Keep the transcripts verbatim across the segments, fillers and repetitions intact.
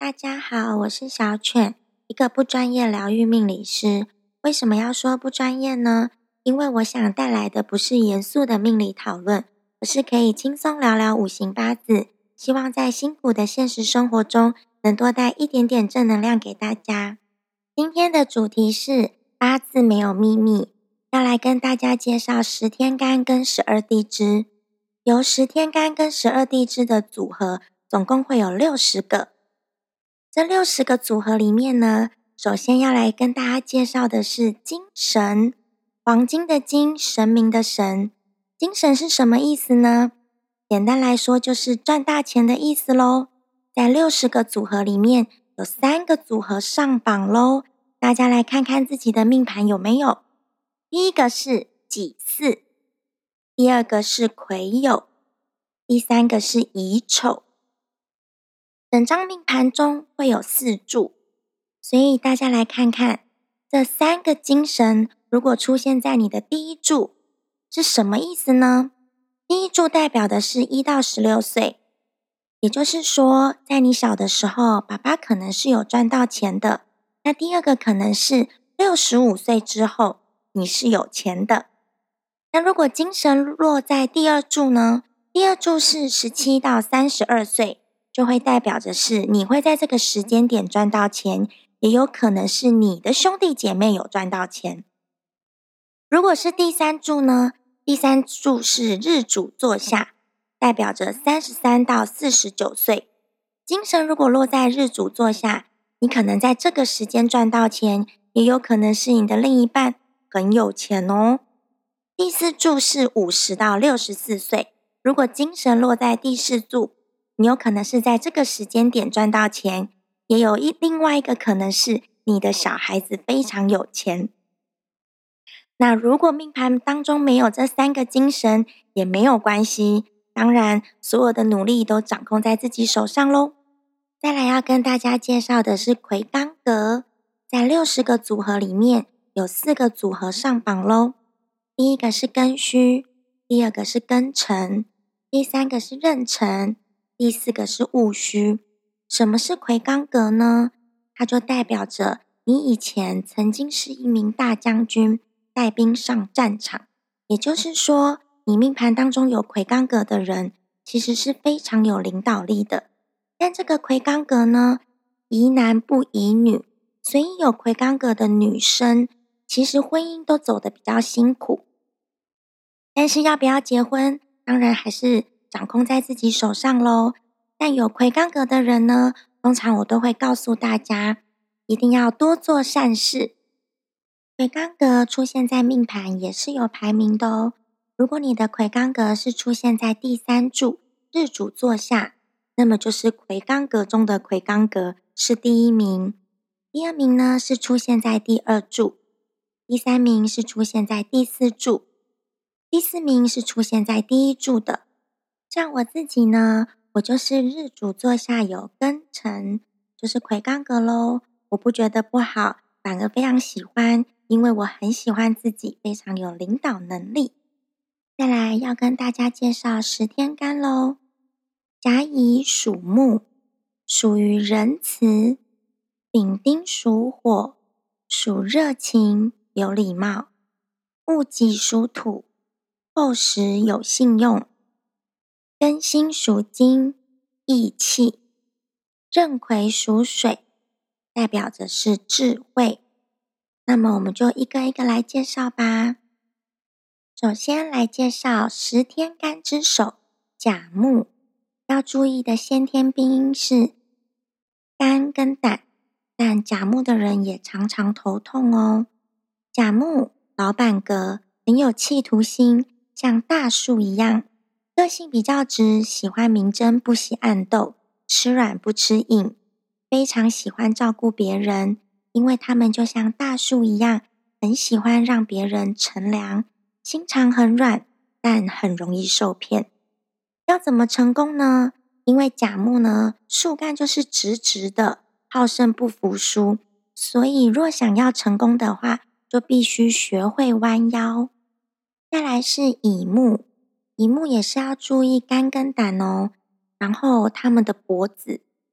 大家好，我是小犬，一个不专业疗愈命理师。为什么要说不专业呢？因为我想带来的不是严肃的命理讨论，而是可以轻松聊聊五行八字，希望在辛苦的现实生活中能多带一点点正能量给大家。今天的主题是八字没有秘密，要来跟大家介绍十天干跟十二地支。由十天干跟十二地支的组合，总共会有六十个。这六十个组合里面呢，首先要来跟大家介绍的是金神，黄金的金，神明的神。金神是什么意思呢？简单来说就是赚大钱的意思咯。在六十个组合里面，有三个组合上榜咯，大家来看看自己的命盘有没有。第一个是己巳，第二个是癸酉，第三个是乙丑。整张命盘中会有四柱，所以大家来看看这三个金神如果出现在你的第一柱是什么意思呢？第一柱代表的是一到十六岁，也就是说在你小的时候爸爸可能是有赚到钱的。那第二个可能是六十五岁之后你是有钱的。那如果金神落在第二柱呢？第二柱是十七到三十二岁，就会代表着是你会在这个时间点赚到钱，也有可能是你的兄弟姐妹有赚到钱。如果是第三柱呢？第三柱是日主坐下，代表着三十三到四十九岁。金神如果落在日主坐下，你可能在这个时间赚到钱，也有可能是你的另一半很有钱哦。第四柱是五十到六十四岁，如果金神落在第四柱，你有可能是在这个时间点赚到钱，也有一另外一个可能是你的小孩子非常有钱。那如果命盘当中没有这三个金神也没有关系，当然所有的努力都掌控在自己手上咯。再来要跟大家介绍的是魁罡格，在六十个组合里面有四个组合上榜咯。第一个是庚戌，第二个是庚辰，第三个是壬辰，第四个是戊戌。什么是魁罡格呢？它就代表着你以前曾经是一名大将军，带兵上战场。也就是说，你命盘当中有魁罡格的人，其实是非常有领导力的。但这个魁罡格呢，宜男不宜女，所以有魁罡格的女生，其实婚姻都走得比较辛苦。但是要不要结婚，当然还是掌控在自己手上咯。但有魁罡格的人呢，通常我都会告诉大家，一定要多做善事。魁罡格出现在命盘也是有排名的哦。如果你的魁罡格是出现在第三柱，日主坐下，那么就是魁罡格中的魁罡格，是第一名。第二名呢是出现在第二柱，第三名是出现在第四柱，第四名是出现在第一柱的。像我自己呢，我就是日主坐下有庚辰，就是魁罡格咯。我不觉得不好，反而非常喜欢，因为我很喜欢自己，非常有领导能力。再来要跟大家介绍十天干咯。甲乙属木，属于仁慈；丙丁属火，属热情有礼貌；戊己属土，厚实有信用；庚辛属金，义气；壬癸属水，代表着是智慧。那么我们就一个一个来介绍吧。首先来介绍十天干之首甲木，要注意的先天病因是肝跟胆，但甲木的人也常常头痛哦。甲木老板格，很有企图心，像大树一样，个性比较直，喜欢明争不喜暗斗，吃软不吃硬，非常喜欢照顾别人，因为他们就像大树一样，很喜欢让别人乘凉，心肠很软，但很容易受骗。要怎么成功呢？因为甲木呢，树干就是直直的，好胜不服输，所以若想要成功的话，就必须学会弯腰。再来是乙木，乙木也是要注意肝跟胆哦，然后他们的脖子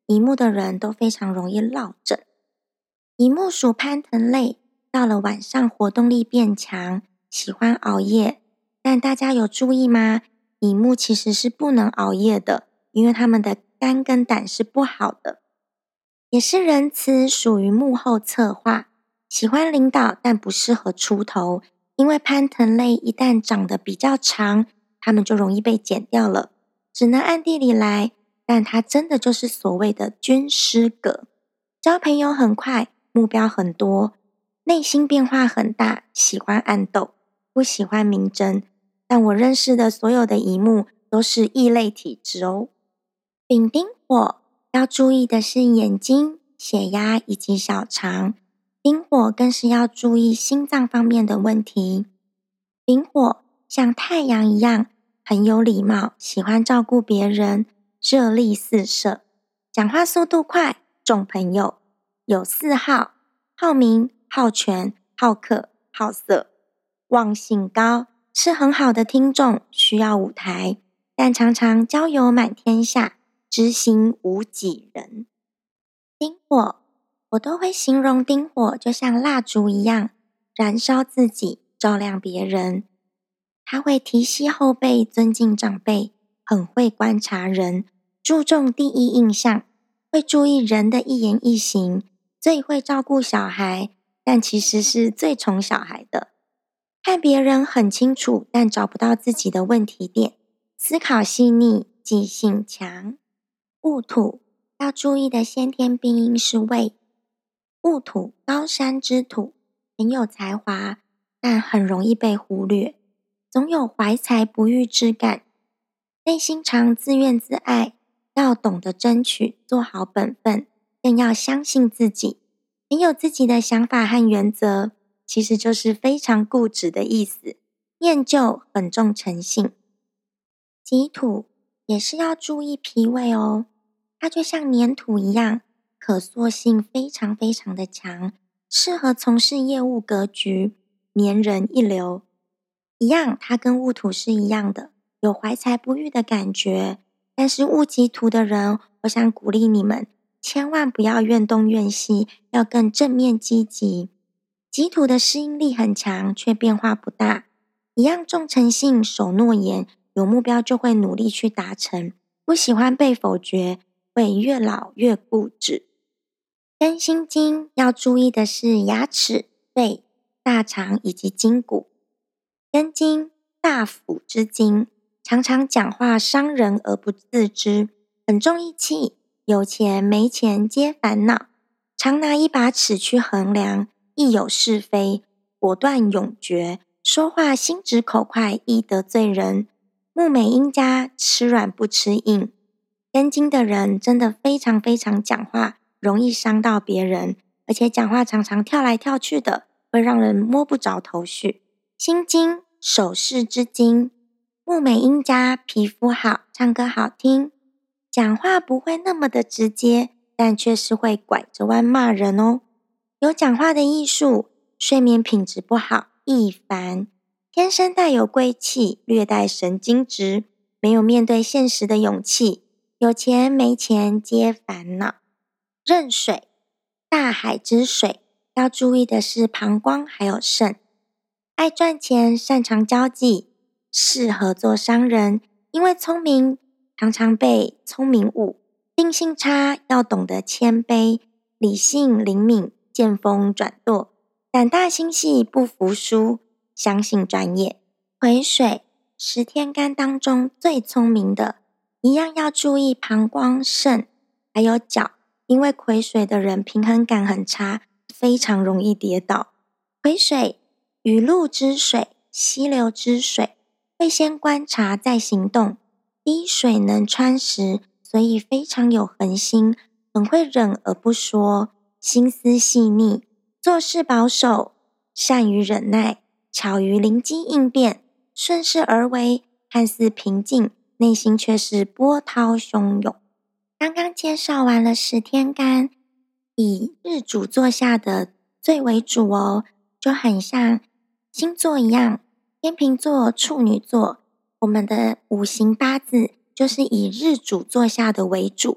荧幕的人都非常容易落枕。荧幕属攀藤类，到了晚上活动力变强，喜欢熬夜。但大家有注意吗？荧幕其实是不能熬夜的，因为他们的肝跟胆是不好的。也是仁慈，属于幕后策划，喜欢领导但不适合出头，因为攀藤类一旦长得比较长，他们就容易被剪掉了，只能暗地里来，但他真的就是所谓的军师格，交朋友很快，目标很多，内心变化很大，喜欢暗斗，不喜欢明争，但我认识的所有的乙木都是异类体质哦。丙丁火要注意的是眼睛、血压以及小肠，丁火更是要注意心脏方面的问题。丙火像太阳一样，很有礼貌，喜欢照顾别人，热力四射，讲话速度快，重朋友，有四好，好名、好权、好客、好色，忘性高，是很好的听众，需要舞台，但常常交友满天下，知心无几人。丁火，我都会形容丁火就像蜡烛一样，燃烧自己，照亮别人。他会提携后辈，尊敬长辈，很会观察人，注重第一印象，会注意人的一言一行，最会照顾小孩，但其实是最宠小孩的。看别人很清楚，但找不到自己的问题点，思考细腻，记性强。戊土要注意的先天病因是胃，戊土高山之土，很有才华，但很容易被忽略，总有怀才不遇之感，内心常自怨自艾，要懂得争取，做好本分，更要相信自己，很有自己的想法和原则，其实就是非常固执的意思，念旧很重诚信。己土也是要注意脾胃哦，它就像粘土一样，可塑性非常非常的强，适合从事业务格局，粘人一流。一样，它跟戊土是一样的，有怀才不遇的感觉，但是戊己土的人，我想鼓励你们，千万不要怨东怨西，要更正面积极。己土的适应力很强，却变化不大，一样重诚信，守诺言，有目标就会努力去达成，不喜欢被否决，会越老越固执。庚辛金要注意的是牙齿、肺、大肠以及筋骨。庚金大府之金，常常讲话伤人而不自知，很重义气，有钱没钱皆烦恼，常拿一把尺去衡量，亦有是非，果断勇决，说话心直口快，易得罪人。木美英家吃软不吃硬，庚金的人真的非常非常讲话，容易伤到别人，而且讲话常常跳来跳去的，会让人摸不着头绪。辛金首饰之金，木美英家皮肤好，唱歌好听，讲话不会那么的直接，但却是会拐着弯骂人哦。有讲话的艺术，睡眠品质不好，易烦，天生带有贵气，略带神经质，没有面对现实的勇气，有钱没钱皆烦恼。壬水，大海之水，要注意的是膀胱还有肾。爱赚钱，擅长交际，适合做商人，因为聪明，常常被聪明误。定性差，要懂得谦卑，理性灵敏，见风转舵，胆大心细，不服输，相信专业。癸水，十天干当中最聪明的，一样要注意膀胱、肾，还有脚，因为癸水的人平衡感很差，非常容易跌倒。癸水雨露之水，溪流之水，会先观察再行动，滴水能穿石，所以非常有恒心，很会忍而不说，心思细腻，做事保守，善于忍耐，巧于灵机应变，顺势而为，看似平静，内心却是波涛汹涌。刚刚介绍完了十天干，以日主坐下的最为主哦，就很像星座一样，天秤座、处女座，我们的五行八字就是以日主坐下的为主。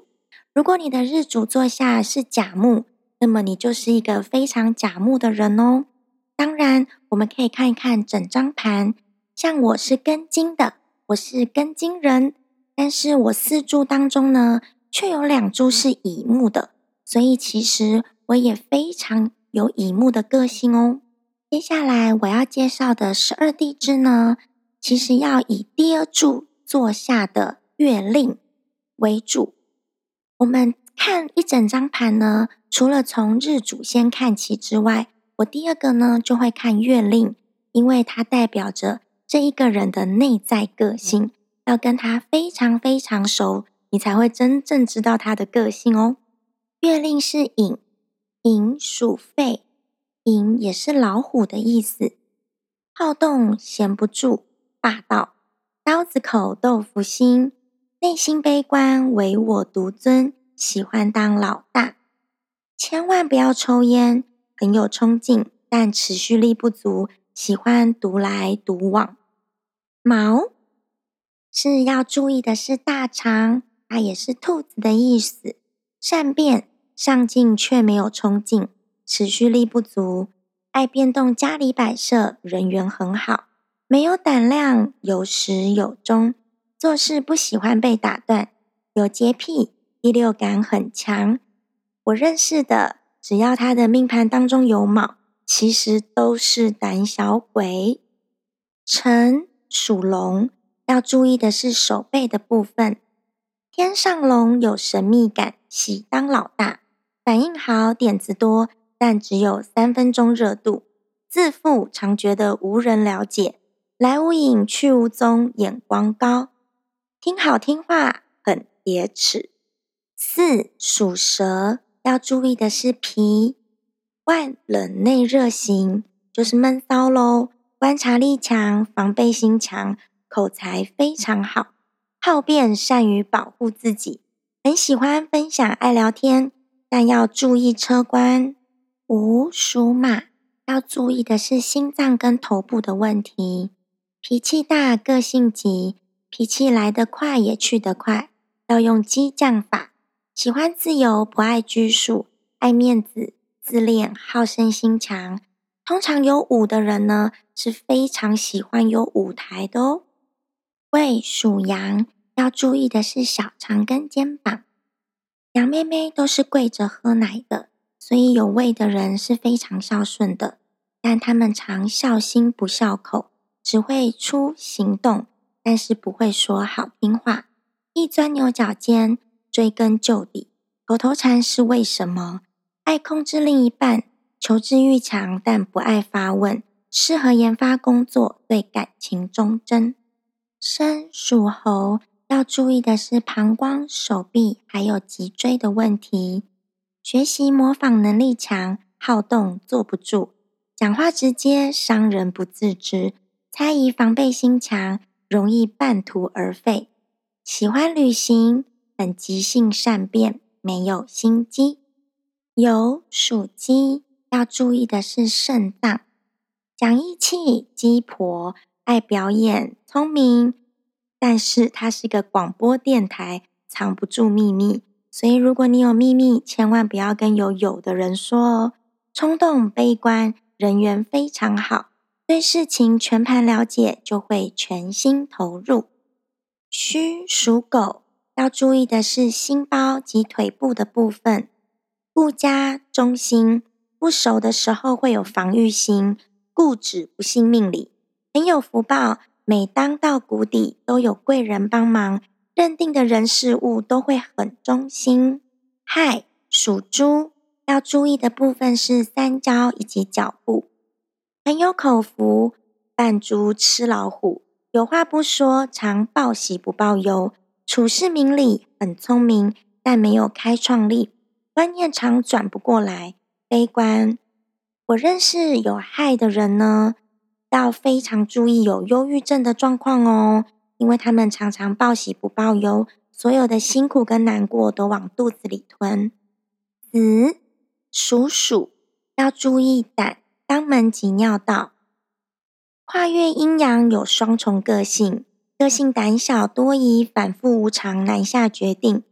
如果你的日主坐下是甲木，那么你就是一个非常甲木的人哦。当然，我们可以看一看整张盘，像我是庚金的，我是庚金人，但是我四柱当中呢，却有两柱是乙木的，所以其实我也非常有乙木的个性哦。接下来我要介绍的十二地支呢，其实要以第二柱坐下的月令为主。我们看一整张盘呢，除了从日主先看起之外，我第二个呢就会看月令，因为它代表着这一个人的内在个性，要跟他非常非常熟，你才会真正知道他的个性哦。月令是寅，寅属肺，寅也是老虎的意思，好动，闲不住，霸道，刀子口豆腐心，内心悲观，唯我独尊，喜欢当老大。千万不要抽烟，很有冲劲，但持续力不足，喜欢独来独往。卯是要注意的是大肠，它也是兔子的意思，善变，上进却没有冲劲，持续力不足，爱变动家里摆设，人缘很好，没有胆量，有始有终，做事不喜欢被打断，有洁癖，第六感很强。我认识的，只要他的命盘当中有卯，其实都是胆小鬼。辰属龙，要注意的是手背的部分。天上龙有神秘感，喜当老大，反应好，点子多，但只有三分钟热度。自负，常觉得无人了解，来无影去无踪，眼光高，听好听话，很铁齿。巳属蛇，要注意的是脾，外冷内热型，就是闷骚咯，观察力强，防备心强，口才非常好，好辩，善于保护自己，很喜欢分享，爱聊天，但要注意车关。午属马，要注意的是心脏跟头部的问题，脾气大，个性急，脾气来得快也去得快，要用激将法，喜欢自由，不爱拘束，爱面子，自恋，好胜心强。通常有舞的人呢，是非常喜欢有舞台的哦。胃属羊，要注意的是小肠跟肩膀。羊妹妹都是跪着喝奶的，所以有胃的人是非常孝顺的，但他们常孝心不孝口，只会出行动，但是不会说好听话，一钻牛角尖，追根究底。口头禅是为什么？爱控制另一半，求知欲强，但不爱发问，适合研发工作，对感情忠贞。申属猴，要注意的是膀胱、手臂还有脊椎的问题。学习模仿能力强，好动坐不住，讲话直接，伤人不自知，猜疑防备心强，容易半途而废。喜欢旅行，很急性善变，没有心机。酉属鸡，要注意的是肾脏，讲义气，鸡婆，爱表演，聪明，但是它是个广播电台，藏不住秘密，所以如果你有秘密，千万不要跟有有的人说哦。冲动、悲观，人缘非常好，对事情全盘了解，就会全心投入。戌属狗，要注意的是心包及腿部的部分。顾家忠心，不熟的时候会有防御心，固执不信命理，很有福报，每当到谷底都有贵人帮忙，认定的人事物都会很忠心。亥属猪，要注意的部分是三焦以及脚部，很有口福，扮猪吃老虎，有话不说，常报喜不报忧，处事明理，很聪明，但没有开创力，观念常转不过来，悲观。我认识有害的人呢，要非常注意有忧郁症的状况哦，因为他们常常报喜不报忧，所有的辛苦跟难过都往肚子里吞。子属鼠，要注意胆、肛门及尿道。跨越阴阳有双重个性，个性胆小多疑，反复无常，难下决定。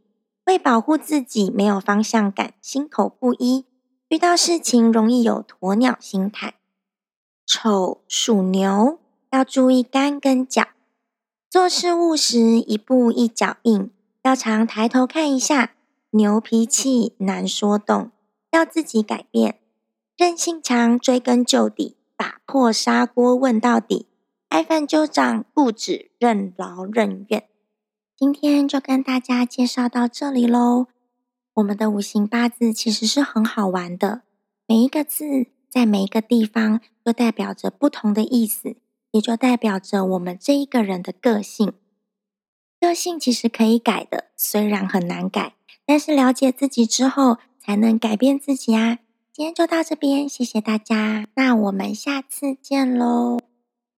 会保护自己，没有方向感，心口不一，遇到事情容易有鸵鸟心态。丑属牛，要注意肝跟脚，做事务时一步一脚印，要常抬头看一下，牛脾气难说动，要自己改变。韧性强，追根究底，打破砂锅问到底，爱犯纠长，固执任劳任怨。今天就跟大家介绍到这里咯。我们的五行八字其实是很好玩的，每一个字在每一个地方都代表着不同的意思，也就代表着我们这一个人的个性。个性其实可以改的，虽然很难改，但是了解自己之后才能改变自己啊。今天就到这边，谢谢大家，那我们下次见咯。